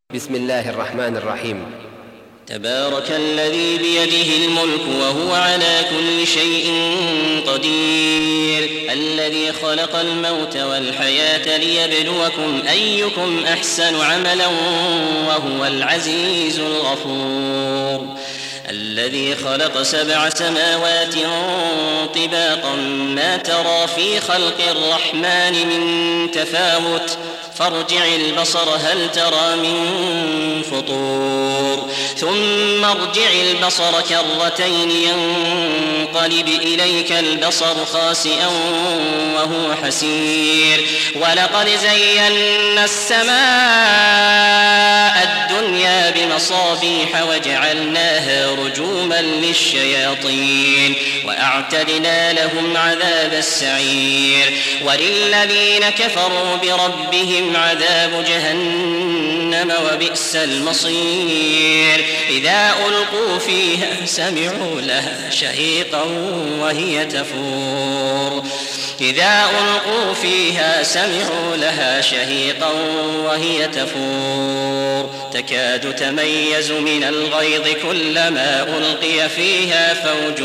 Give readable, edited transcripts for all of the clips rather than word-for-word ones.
بسم الله الرحمن الرحيم. تبارك الذي بيده الملك وهو على كل شيء قدير، الذي خلق الموت والحياة ليبلوكم أيكم أحسن عملا وهو العزيز الغفور، الذي خلق 7 سماوات طباقا ما ترى في خلق الرحمن من تفاوت فارجع البصر هل ترى من فطور ثم ارجع البصر كرتين ينقلب إليك البصر خاسئا وهو حسير، ولقد زينا السماء الدنيا بمصابيح وجعلناها رجوما للشياطين وأعتدنا لهم عذاب السعير، وللذين كفروا بربهم عذاب جهنم وبئس المصير. إذا ألقوا فيها سمعوا لها شهيقا وهي تفور، إذا ألقوا فيها سمعوا لها شهيقا وهي تفور، تكاد تميز من الغيظ كلما ألقي فيها فوج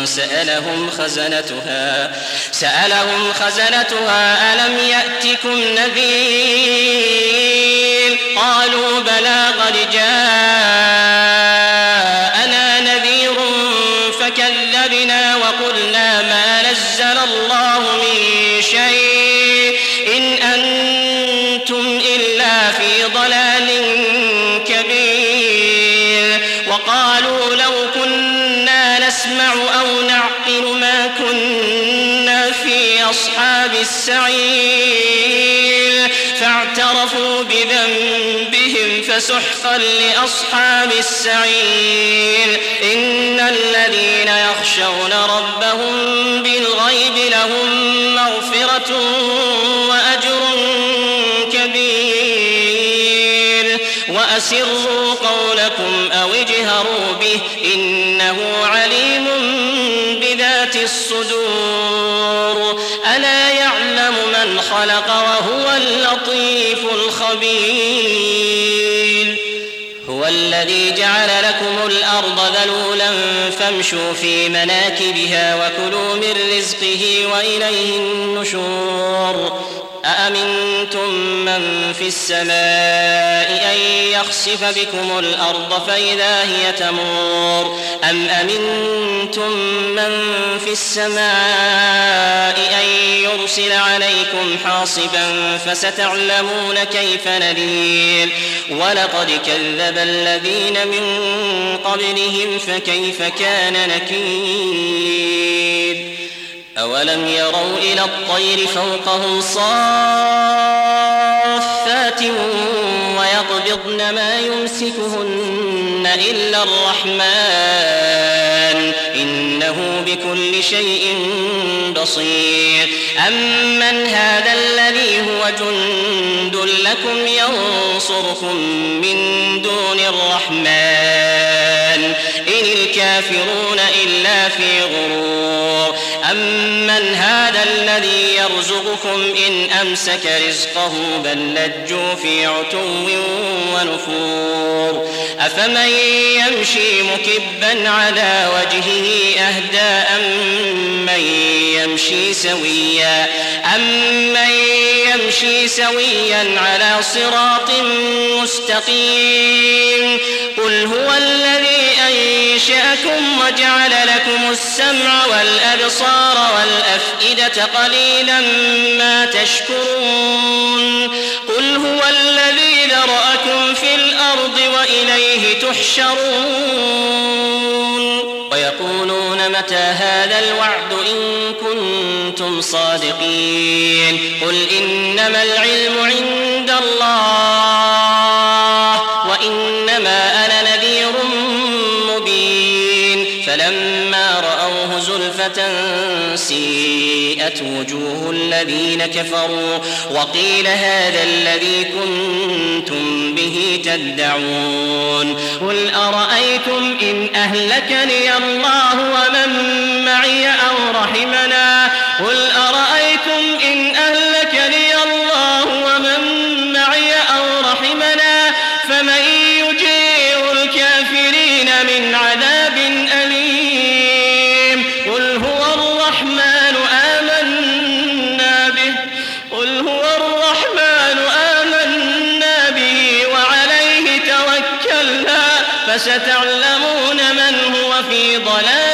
سألهم خزنتها ألم يأتكم نذير؟ قالوا بلى قد جاءنا نذير فكذبنا وقلنا ما نزل الله من شيء إن أنتم إلا في ضلال كبير، وقالوا لو كنا نسمع أو نعقل ما كنا في أصحاب السعير، فاعترفوا بذنبهم فسحقا لأصحاب السعير. إن الذين يخشون ربهم بالغيب لهم مغفرة وأجر كبير، وأسروا قولكم أو اجهروا به إنه عليم بذات الصدور. ألا يعلم من خلق وهو اللطيف الخبير. هو الذي جعل لكم الأرض ذلولا فامشوا في مناكبها وكلوا من رزقه وإليه النشور. أأمنتم من في السماء أن يخسف بكم الأرض فإذا هي تمور، أم أمنتم من في السماء أن يرسل عليكم حاصبا فستعلمون كيف نذير. ولقد كذب الذين من قبلهم فكيف كان نكير. أولم يروا إلى الطير فوقهم صافات ويقبضن ما يمسكهن إلا الرحمن إنه بكل شيء بصير. أمن هذا الذي هو جند لكم ينصركم من دون الرحمن إن الكافرون إلا في غرور. أمن هذا الذي يرزقكم إن أمسك رزقه بل لجوا في عتو ونفور. أفمن يمشي مكبا على وجهه أهدى أمن يمشي سويا على صراط مستقيم. قل هو الذي أنشأكم وجعل لكم السمع والأبصار والأفئدة قليلا ما تشكرون. قل هو الذي ذرأكم في الأرض وإليه تحشرون. ويقولون متى هذا الوعد إن كنتم صادقين. قل إنما العلم عند الله وإنما أنا نذير مبين. فلما رأوه زلفة سيئت وجوه الذين كفروا وقيل هذا الذي كنتم به تدعون. قل أرأيتم إن أهلكني الله ومن معي أو رحمنا. قل أرأيتم إن أهلكني الله ومن معي أو رحمنا فمن يجير الكافرين من عذاب أليم قل هو الرحمن آمنا به وعليه توكلنا فستعلمون من هو في ضلال